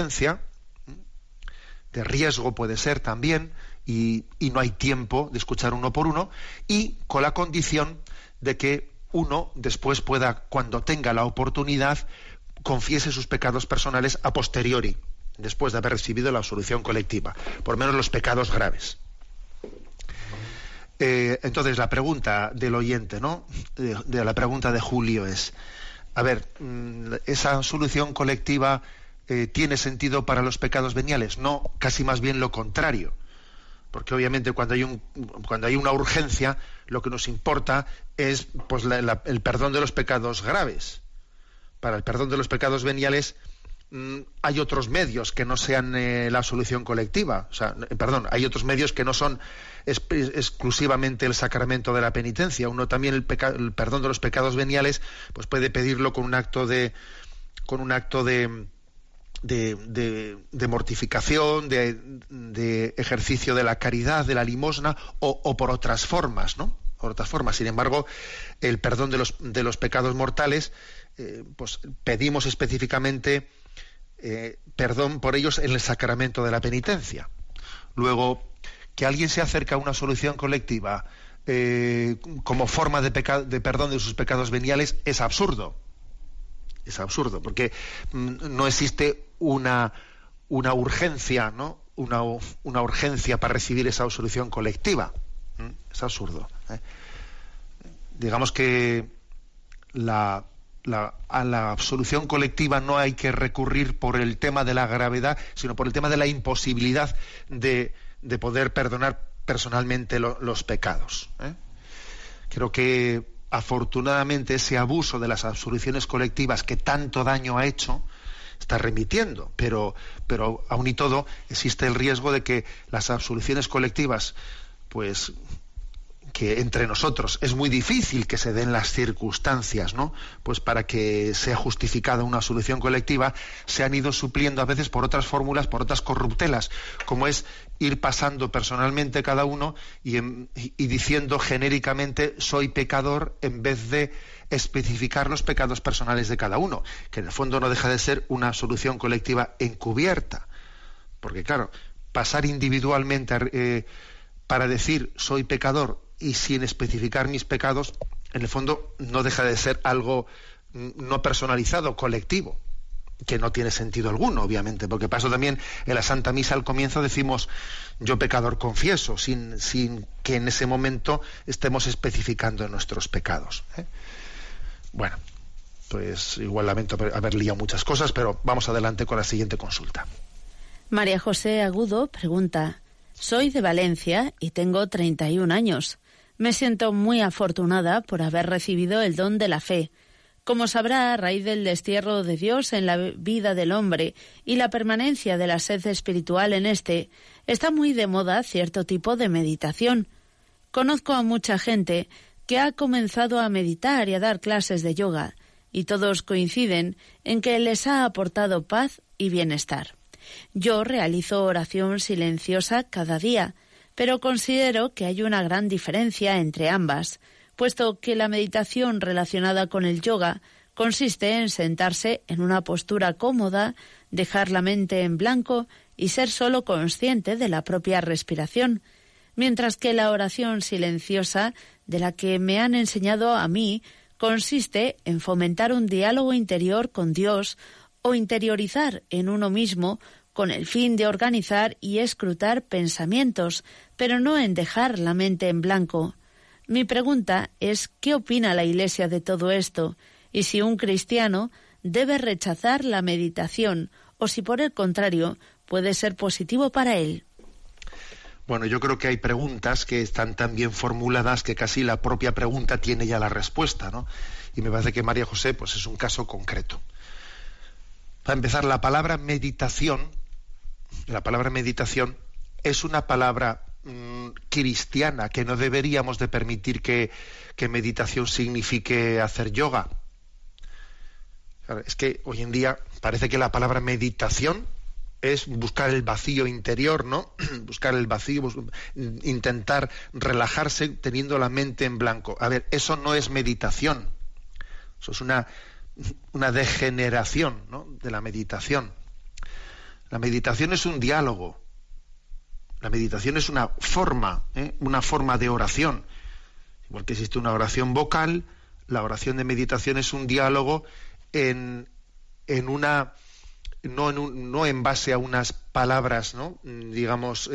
de riesgo puede ser también, y no hay tiempo de escuchar uno por uno, y con la condición de que uno después pueda, cuando tenga la oportunidad, confiese sus pecados personales a posteriori, después de haber recibido la absolución colectiva, por lo menos los pecados graves. Entonces la pregunta del oyente, ¿no?, de la pregunta de Julio es: a ver, ¿esa absolución colectiva tiene sentido para los pecados veniales? No, casi más bien lo contrario, porque obviamente cuando hay una urgencia, lo que nos importa es pues el perdón de los pecados graves. Para el perdón de los pecados veniales hay otros medios que no sean la absolución colectiva, hay otros medios que no son exclusivamente el sacramento de la penitencia. Uno también el perdón de los pecados veniales pues puede pedirlo con un acto de mortificación, de ejercicio de la caridad, de la limosna, o por otras formas, ¿no? Por otras formas. Sin embargo, el perdón de los pecados mortales, pues pedimos específicamente perdón por ellos en el sacramento de la penitencia. Luego, que alguien se acerca a una solución colectiva como forma de perdón de sus pecados veniales es absurdo. Es absurdo, porque no existe una urgencia, ¿no?, una urgencia para recibir esa absolución colectiva. Es absurdo. Digamos que a la absolución colectiva no hay que recurrir por el tema de la gravedad, sino por el tema de la imposibilidad de de poder perdonar personalmente los pecados, ¿eh? Creo que afortunadamente ese abuso de las absoluciones colectivas que tanto daño ha hecho está remitiendo, pero aún y todo existe el riesgo de que las absoluciones colectivas, pues que entre nosotros es muy difícil que se den las circunstancias, ¿no?, pues para que sea justificada una absolución colectiva, se han ido supliendo a veces por otras fórmulas, por otras corruptelas, como es ir pasando personalmente cada uno y diciendo genéricamente soy pecador, en vez de especificar los pecados personales de cada uno, que en el fondo no deja de ser una absolución colectiva encubierta, porque claro, pasar individualmente para decir soy pecador y sin especificar mis pecados, en el fondo no deja de ser algo no personalizado, colectivo, que no tiene sentido alguno, obviamente, porque para eso también en la Santa Misa al comienzo decimos yo pecador confieso, sin que en ese momento estemos especificando nuestros pecados, ¿eh? Bueno, pues igual lamento haber liado muchas cosas, pero vamos adelante con la siguiente consulta. María José Agudo pregunta: soy de Valencia y tengo 31 años. Me siento muy afortunada por haber recibido el don de la fe. Como sabrá, a raíz del destierro de Dios en la vida del hombre y la permanencia de la sed espiritual en éste, está muy de moda cierto tipo de meditación. Conozco a mucha gente que ha comenzado a meditar y a dar clases de yoga, y todos coinciden en que les ha aportado paz y bienestar. Yo realizo oración silenciosa cada día, pero considero que hay una gran diferencia entre ambas, puesto que la meditación relacionada con el yoga consiste en sentarse en una postura cómoda, dejar la mente en blanco y ser solo consciente de la propia respiración, mientras que la oración silenciosa, de la que me han enseñado a mí, consiste en fomentar un diálogo interior con Dios o interiorizar en uno mismo con el fin de organizar y escrutar pensamientos, pero no en dejar la mente en blanco. Mi pregunta es ¿qué opina la Iglesia de todo esto? Y si un cristiano debe rechazar la meditación o si por el contrario puede ser positivo para él. Bueno, yo creo que hay preguntas que están tan bien formuladas que casi la propia pregunta tiene ya la respuesta, ¿no? Y me parece que María José pues es un caso concreto. Para empezar, la palabra meditación es una palabra cristiana, que no deberíamos de permitir que meditación signifique hacer yoga. Claro, es que hoy en día parece que la palabra meditación es buscar el vacío interior, ¿no? Buscar el vacío, intentar relajarse teniendo la mente en blanco. A ver, eso no es meditación. Eso es una degeneración, ¿no?, de la meditación. La meditación es un diálogo. La meditación es una forma de oración. Igual que existe una oración vocal, la oración de meditación es un diálogo no en base a unas palabras, ¿no?, digamos,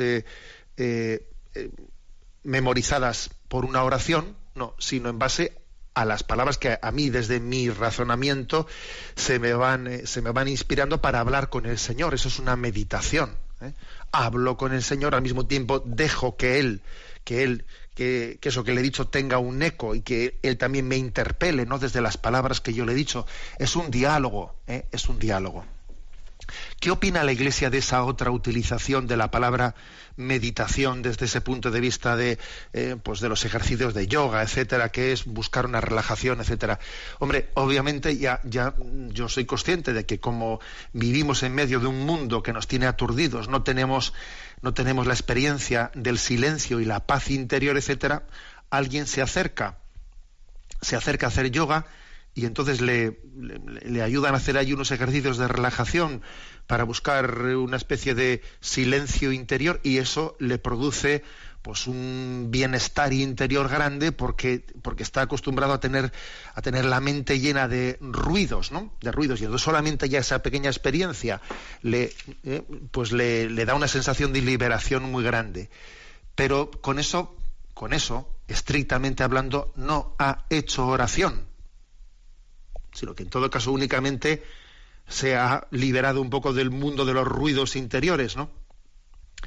memorizadas por una oración, no, sino en base a las palabras que a mí desde mi razonamiento se me van inspirando para hablar con el Señor. Eso es una meditación, ¿eh? Hablo con el Señor, al mismo tiempo dejo que eso que le he dicho tenga un eco y que Él también me interpele, ¿no?, desde las palabras que yo le he dicho. Es un diálogo, es un diálogo. ¿Qué opina la Iglesia de esa otra utilización de la palabra meditación desde ese punto de vista de los ejercicios de yoga, etcétera, que es buscar una relajación, etcétera? Hombre, obviamente ya yo soy consciente de que como vivimos en medio de un mundo que nos tiene aturdidos, no tenemos la experiencia del silencio y la paz interior, etcétera, alguien se acerca a hacer yoga y entonces le ayudan a hacer ahí unos ejercicios de relajación para buscar una especie de silencio interior, y eso le produce pues un bienestar interior grande porque está acostumbrado a tener la mente llena de ruidos, ¿no?, de ruidos, y entonces solamente ya esa pequeña experiencia le da una sensación de liberación muy grande. Pero con eso, estrictamente hablando, no ha hecho oración, sino que en todo caso únicamente se ha liberado un poco del mundo de los ruidos interiores, ¿no?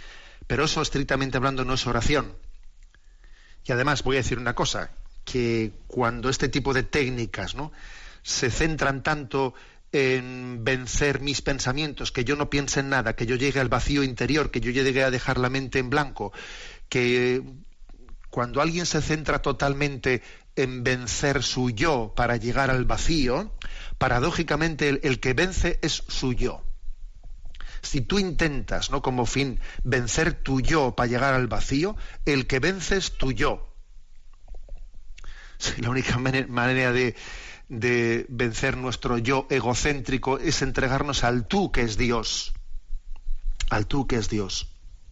Pero eso, estrictamente hablando, no es oración. Y además voy a decir una cosa, que cuando este tipo de técnicas, ¿no?, se centran tanto en vencer mis pensamientos, que yo no piense en nada, que yo llegue al vacío interior, que yo llegue a dejar la mente en blanco, que cuando alguien se centra totalmente en vencer su yo para llegar al vacío, paradójicamente el que vence es su yo. Si tú intentas, ¿no?, como fin vencer tu yo para llegar al vacío, el que vence es tu yo. La única manera de vencer nuestro yo egocéntrico es entregarnos al tú que es Dios. Al tú que es Dios.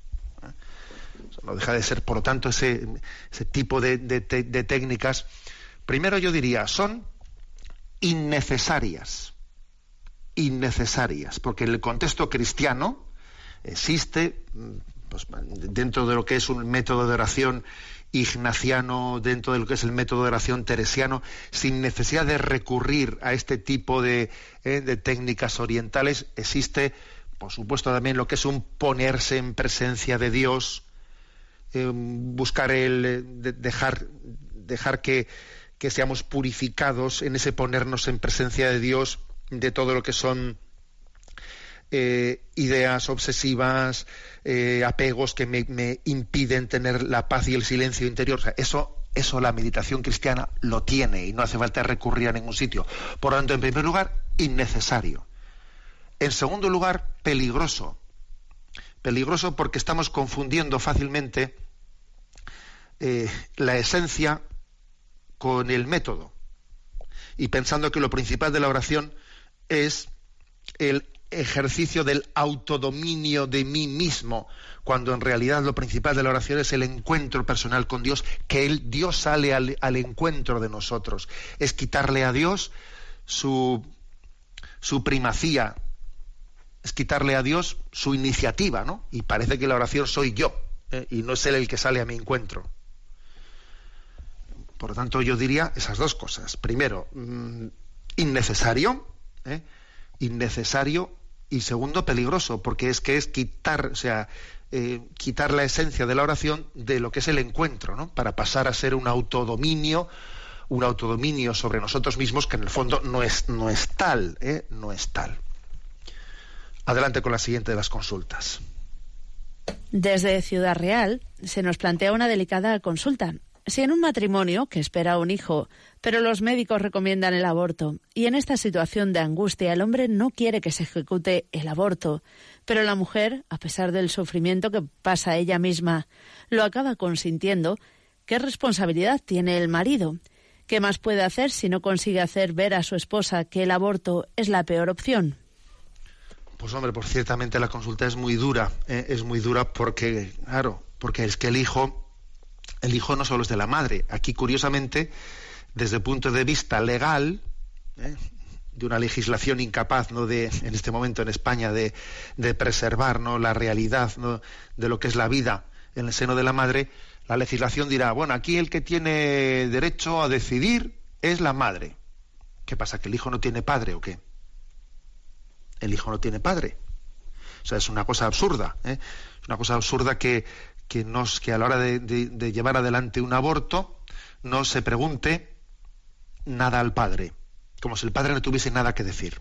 No deja de ser, por lo tanto, ese tipo de técnicas, primero yo diría, son innecesarias, porque en el contexto cristiano existe, pues, dentro de lo que es un método de oración ignaciano, dentro de lo que es el método de oración teresiano, sin necesidad de recurrir a este tipo de técnicas orientales, existe, por supuesto, también lo que es un ponerse en presencia de Dios, buscar dejar que seamos purificados en ese ponernos en presencia de Dios de todo lo que son ideas obsesivas, apegos que me impiden tener la paz y el silencio interior. O sea, eso la meditación cristiana lo tiene y no hace falta recurrir a ningún sitio. Por lo tanto, en primer lugar, innecesario. En segundo lugar, peligroso. Peligroso porque estamos confundiendo fácilmente la esencia con el método, y pensando que lo principal de la oración es el ejercicio del autodominio de mí mismo, cuando en realidad lo principal de la oración es el encuentro personal con Dios, que Dios sale al encuentro de nosotros. Es quitarle a Dios su primacía, es quitarle a Dios su iniciativa, ¿no? Y parece que la oración soy yo, y no es Él el que sale a mi encuentro. Por lo tanto, yo diría esas dos cosas. Primero, innecesario, y segundo, peligroso, porque es quitar, quitar la esencia de la oración de lo que es el encuentro, ¿no?, para pasar a ser un autodominio sobre nosotros mismos, que en el fondo no es tal. Adelante con la siguiente de las consultas. Desde Ciudad Real se nos plantea una delicada consulta. Si en un matrimonio que espera un hijo, pero los médicos recomiendan el aborto, y en esta situación de angustia el hombre no quiere que se ejecute el aborto, pero la mujer, a pesar del sufrimiento que pasa ella misma, lo acaba consintiendo, ¿qué responsabilidad tiene el marido? ¿Qué más puede hacer si no consigue hacer ver a su esposa que el aborto es la peor opción? Pues hombre, pues ciertamente la consulta es muy dura, porque, claro, porque es que el hijo no solo es de la madre. Aquí, curiosamente, desde el punto de vista legal, de una legislación incapaz, ¿no?, en este momento en España de preservar, ¿no?, la realidad, ¿no?, de lo que es la vida en el seno de la madre, la legislación dirá, bueno, aquí el que tiene derecho a decidir es la madre. ¿Qué pasa, que el hijo no tiene padre o qué? El hijo no tiene padre. O sea, es una cosa absurda, Es una cosa absurda que a la hora de llevar adelante un aborto no se pregunte nada al padre, como si el padre no tuviese nada que decir.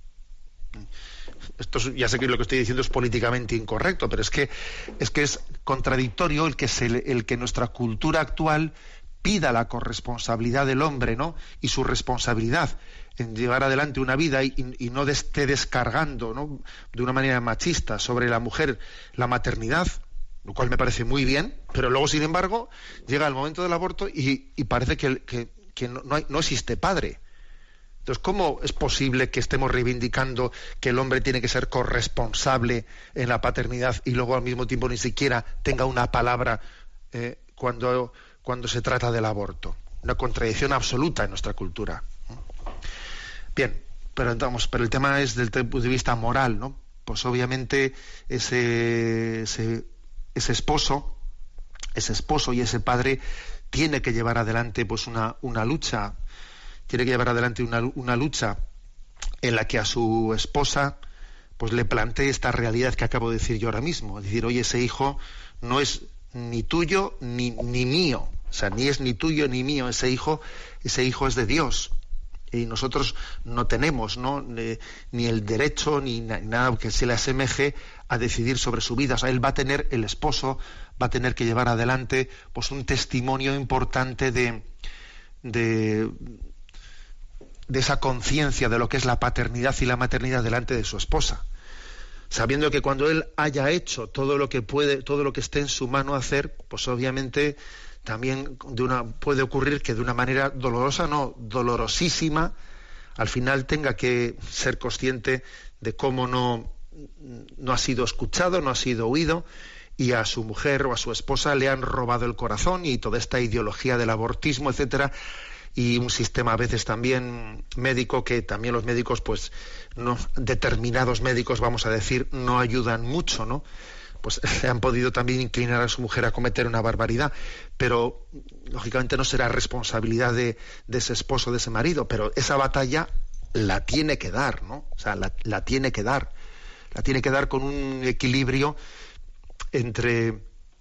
Esto ya sé que lo que estoy diciendo es políticamente incorrecto, pero es que es contradictorio el que nuestra cultura actual pida la corresponsabilidad del hombre, ¿no?, y su responsabilidad en llevar adelante una vida y no esté descargando, ¿no?, de una manera machista sobre la mujer la maternidad, lo cual me parece muy bien, pero luego, sin embargo, llega el momento del aborto y parece que no existe padre. Entonces, ¿cómo es posible que estemos reivindicando que el hombre tiene que ser corresponsable en la paternidad y luego al mismo tiempo ni siquiera tenga una palabra cuando se trata del aborto? Una contradicción absoluta en nuestra cultura. Bien, pero el tema es desde el punto de vista moral, ¿no? Pues obviamente ese esposo y ese padre tiene que llevar adelante pues una lucha, tiene que llevar adelante una lucha en la que a su esposa pues le plantee esta realidad que acabo de decir yo ahora mismo. Es decir, oye, ese hijo no es ni tuyo ni mío. O sea, ni es ni tuyo ni mío. Ese hijo es de Dios. Y nosotros no tenemos, ¿no?, ni el derecho ni nada que se le asemeje a decidir sobre su vida. O sea, él va a tener, el esposo va a tener que llevar adelante pues un testimonio importante de esa conciencia de lo que es la paternidad y la maternidad delante de su esposa, sabiendo que cuando él haya hecho todo lo que puede, todo lo que esté en su mano hacer, pues obviamente también puede ocurrir que de una manera dolorosa, no, dolorosísima, al final tenga que ser consciente de cómo no ha sido escuchado, no ha sido oído, y a su mujer o a su esposa le han robado el corazón, y toda esta ideología del abortismo, etcétera, y un sistema a veces también médico, que también los médicos, pues no, determinados médicos, vamos a decir, no ayudan mucho, ¿no? Pues han podido también inclinar a su mujer a cometer una barbaridad, pero lógicamente no será responsabilidad de ese esposo, de ese marido, pero esa batalla la tiene que dar, ¿no? O sea, la tiene que dar. La tiene que dar con un equilibrio entre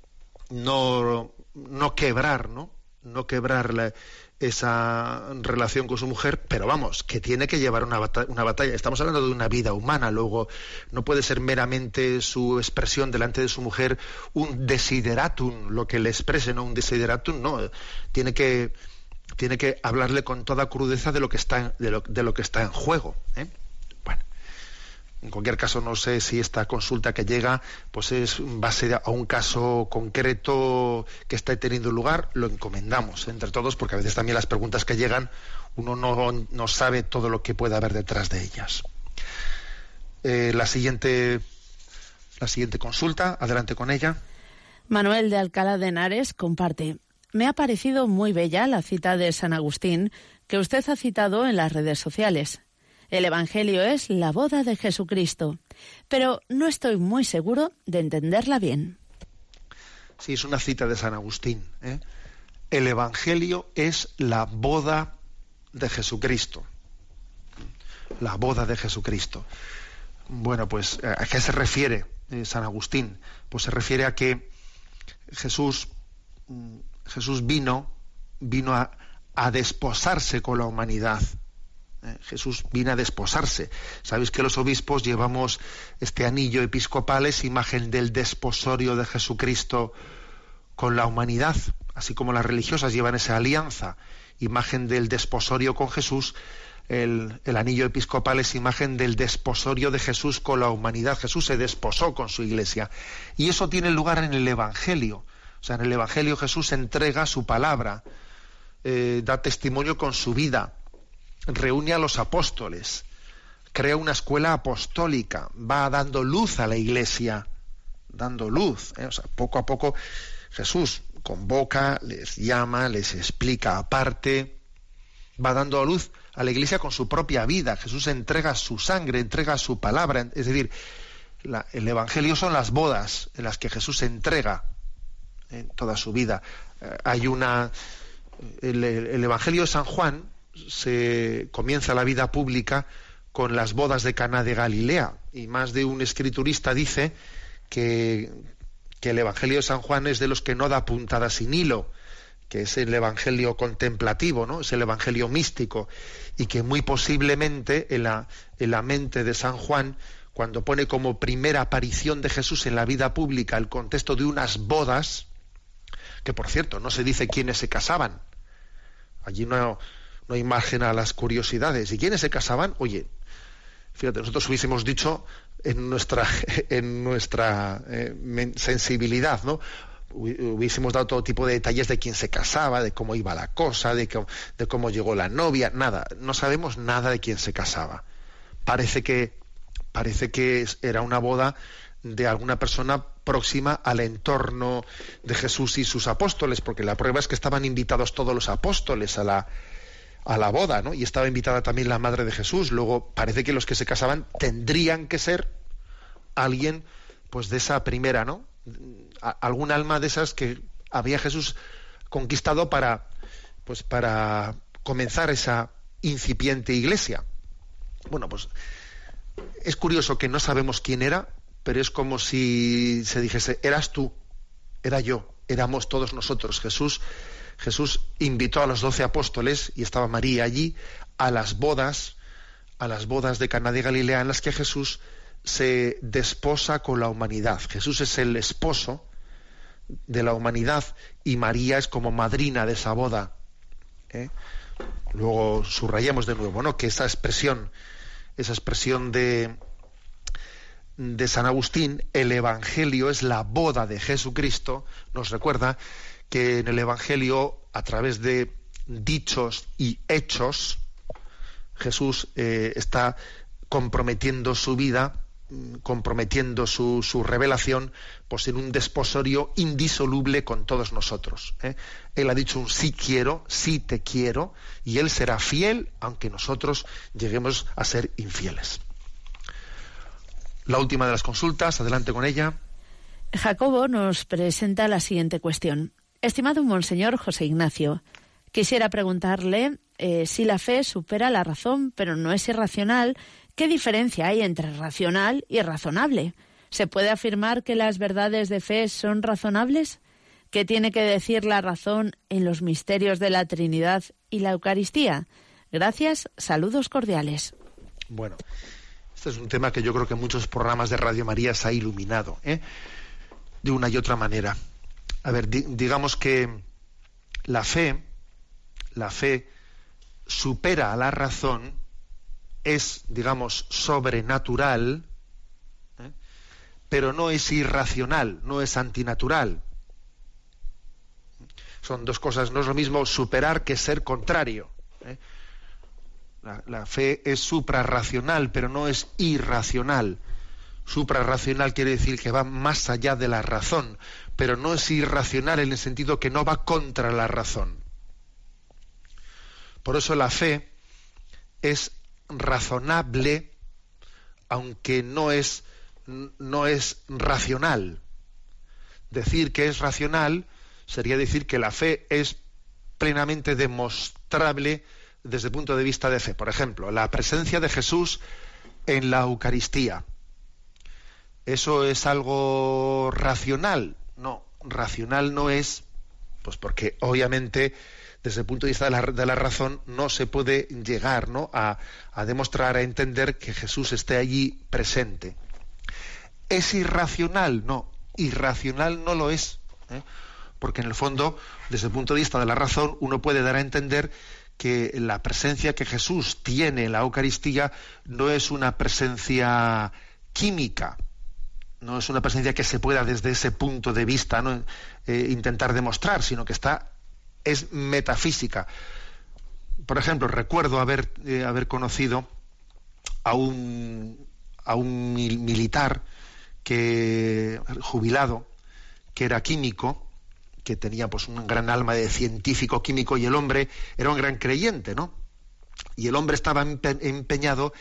no quebrar, ¿no? No quebrar esa relación con su mujer, pero vamos, que tiene que llevar una batalla. Estamos hablando de una vida humana, luego no puede ser meramente su expresión delante de su mujer un desideratum, lo que le exprese, no un desideratum, no, tiene que hablarle con toda crudeza de lo que está en juego, ¿eh? Bueno, en cualquier caso, no sé si esta consulta que llega pues es en base a un caso concreto que está teniendo lugar. Lo encomendamos entre todos, porque a veces también las preguntas que llegan uno no sabe todo lo que puede haber detrás de ellas. La siguiente consulta, adelante con ella. Manuel de Alcalá de Henares comparte: me ha parecido muy bella la cita de San Agustín que usted ha citado en las redes sociales. El Evangelio es la boda de Jesucristo, pero no estoy muy seguro de entenderla bien. Sí, es una cita de San Agustín, ¿eh? El Evangelio es la boda de Jesucristo. La boda de Jesucristo. Bueno, pues, ¿a qué se refiere San Agustín? Pues se refiere a que Jesús vino a desposarse con la humanidad. Jesús vino a desposarse. Sabéis que los obispos llevamos este anillo episcopal, es imagen del desposorio de Jesucristo con la humanidad, así como las religiosas llevan esa alianza, imagen del desposorio con Jesús. El anillo episcopal es imagen del desposorio de Jesús con la humanidad. Jesús se desposó con su iglesia, y eso tiene lugar en el Evangelio. O sea, en el Evangelio Jesús entrega su palabra, da testimonio con su vida, reúne a los apóstoles, crea una escuela apostólica, va dando luz a la iglesia, dando luz, O sea, poco a poco Jesús convoca, les llama, les explica aparte, va dando a luz a la iglesia con su propia vida. Jesús entrega su sangre, entrega su palabra. Es decir, el Evangelio son las bodas en las que Jesús entrega en toda su vida. El Evangelio de San Juan se comienza la vida pública con las bodas de Caná de Galilea, y más de un escriturista dice que el Evangelio de San Juan es de los que no da puntada sin hilo, que es el Evangelio contemplativo, ¿no? Es el Evangelio místico, y que muy posiblemente en la mente de San Juan, cuando pone como primera aparición de Jesús en la vida pública el contexto de unas bodas, que por cierto no se dice quiénes se casaban, allí no hay margen a las curiosidades. ¿Y quiénes se casaban? Oye, fíjate, nosotros hubiésemos dicho en nuestra sensibilidad, ¿no? Hubiésemos dado todo tipo de detalles de quién se casaba, de cómo iba la cosa, de cómo llegó la novia, nada, no sabemos nada de quién se casaba. Parece que era una boda de alguna persona próxima al entorno de Jesús y sus apóstoles, porque la prueba es que estaban invitados todos los apóstoles a la boda, ¿no? Y estaba invitada también la madre de Jesús. Luego parece que los que se casaban tendrían que ser alguien, pues, de esa primera, ¿no? Algún alma de esas que había Jesús conquistado para comenzar esa incipiente iglesia. Bueno, pues Es curioso que no sabemos quién era, pero es como si se dijese, eras tú, era yo, éramos todos nosotros. Jesús invitó a los 12 apóstoles, y estaba María allí, a las bodas de Caná de Galilea, en las que Jesús se desposa con la humanidad. Jesús es el esposo de la humanidad y María es como madrina de esa boda. Luego subrayamos de nuevo, ¿no?, que esa expresión de San Agustín, el Evangelio es la boda de Jesucristo, nos recuerda que en el Evangelio, a través de dichos y hechos, Jesús está comprometiendo su vida, comprometiendo su revelación, pues en un desposorio indisoluble con todos nosotros. Él ha dicho un sí quiero, sí te quiero, y Él será fiel aunque nosotros lleguemos a ser infieles. La última de las consultas, adelante con ella. Jacobo nos presenta la siguiente cuestión. Estimado Monseñor José Ignacio, quisiera preguntarle si la fe supera la razón, pero no es irracional. ¿Qué diferencia hay entre racional y razonable? ¿Se puede afirmar que las verdades de fe son razonables? ¿Qué tiene que decir la razón en los misterios de la Trinidad y la Eucaristía? Gracias, saludos cordiales. Bueno, este es un tema que yo creo que en muchos programas de Radio María se ha iluminado, de una y otra manera. A ver, digamos que la fe supera a la razón, es, digamos, sobrenatural, pero no es irracional, no es antinatural. Son dos cosas, no es lo mismo superar que ser contrario. La fe es suprarracional, pero no es irracional. Suprarracional quiere decir que va más allá de la razón, pero no es irracional en el sentido que no va contra la razón. Por eso la fe es razonable, aunque no es racional. Decir que es racional sería decir que la fe es plenamente demostrable desde el punto de vista de fe. Por ejemplo, la presencia de Jesús en la Eucaristía. ¿Eso es algo racional? No, racional no es, pues porque obviamente desde el punto de vista de la razón no se puede llegar, ¿no?, a demostrar, a entender que Jesús esté allí presente. ¿Es irracional? No, irracional no lo es, porque en el fondo, desde el punto de vista de la razón, uno puede dar a entender que la presencia que Jesús tiene en la Eucaristía no es una presencia química, no es una presencia que se pueda desde ese punto de vista, ¿no?, intentar demostrar, sino que es metafísica. Por ejemplo, recuerdo haber conocido a un militar jubilado, que era químico, que tenía pues un gran alma de científico químico, y el hombre era un gran creyente, ¿no? Y el hombre estaba empeñado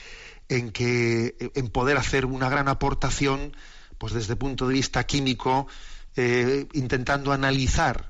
en poder hacer una gran aportación, pues desde el punto de vista químico, intentando analizar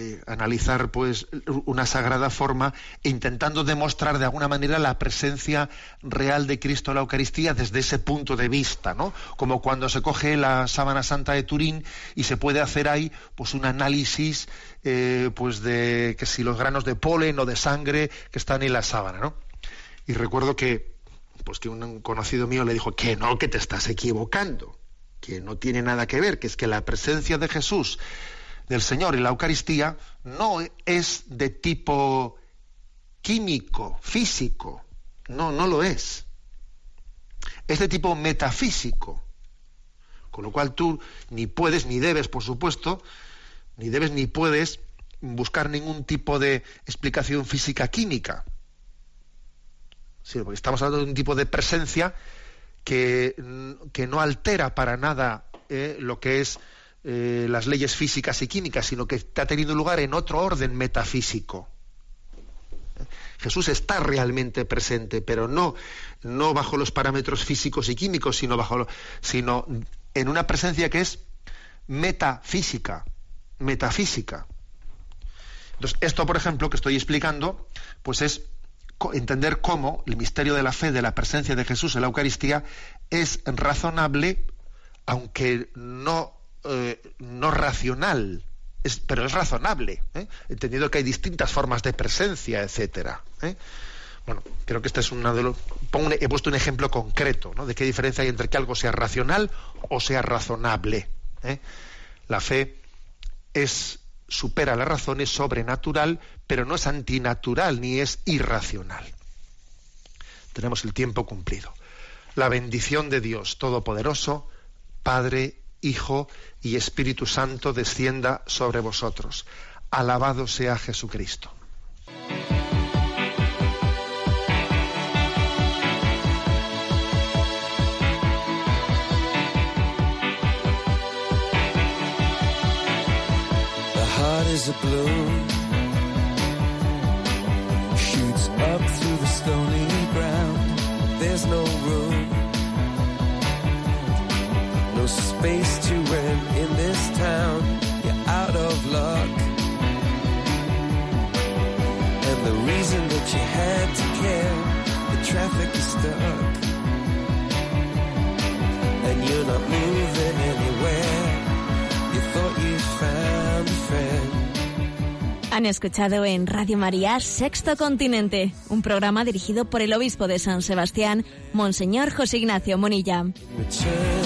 pues una sagrada forma, e intentando demostrar de alguna manera la presencia real de Cristo en la Eucaristía desde ese punto de vista, ¿no? Como cuando se coge la sábana santa de Turín y se puede hacer ahí pues un análisis pues de que si los granos de polen o de sangre que están en la sábana, ¿no? Y recuerdo que un conocido mío le dijo que no, que te estás equivocando, que no tiene nada que ver, que es que la presencia de Jesús, del Señor en la Eucaristía, no es de tipo químico, físico, no lo es. Es de tipo metafísico, con lo cual tú ni puedes ni debes, por supuesto, ni debes ni puedes buscar ningún tipo de explicación física química. Sí, porque estamos hablando de un tipo de presencia que no altera para nada lo que es las leyes físicas y químicas, sino que está teniendo lugar en otro orden metafísico. Jesús está realmente presente, pero no bajo los parámetros físicos y químicos, sino en una presencia que es metafísica. Entonces, esto, por ejemplo, que estoy explicando, pues es entender cómo el misterio de la fe, de la presencia de Jesús en la Eucaristía, es razonable, aunque no racional, pero es razonable, entendiendo que hay distintas formas de presencia, etcétera. Bueno, creo que este es uno de los... he puesto un ejemplo concreto, ¿no?, de qué diferencia hay entre que algo sea racional o sea razonable. La fe supera la razón, es sobrenatural, pero no es antinatural ni es irracional. Tenemos el tiempo cumplido. La bendición de Dios Todopoderoso, Padre, Hijo y Espíritu Santo, descienda sobre vosotros. Alabado sea Jesucristo. Is a bloom, shoots up through the stony ground. There's no room, no space to rent in this town. You're out of luck, and the reason that you had to care, the traffic is stuck, and you're not moving anywhere. You thought you'd found a friend. Han escuchado en Radio María Sexto Continente, un programa dirigido por el obispo de San Sebastián, Monseñor José Ignacio Munilla.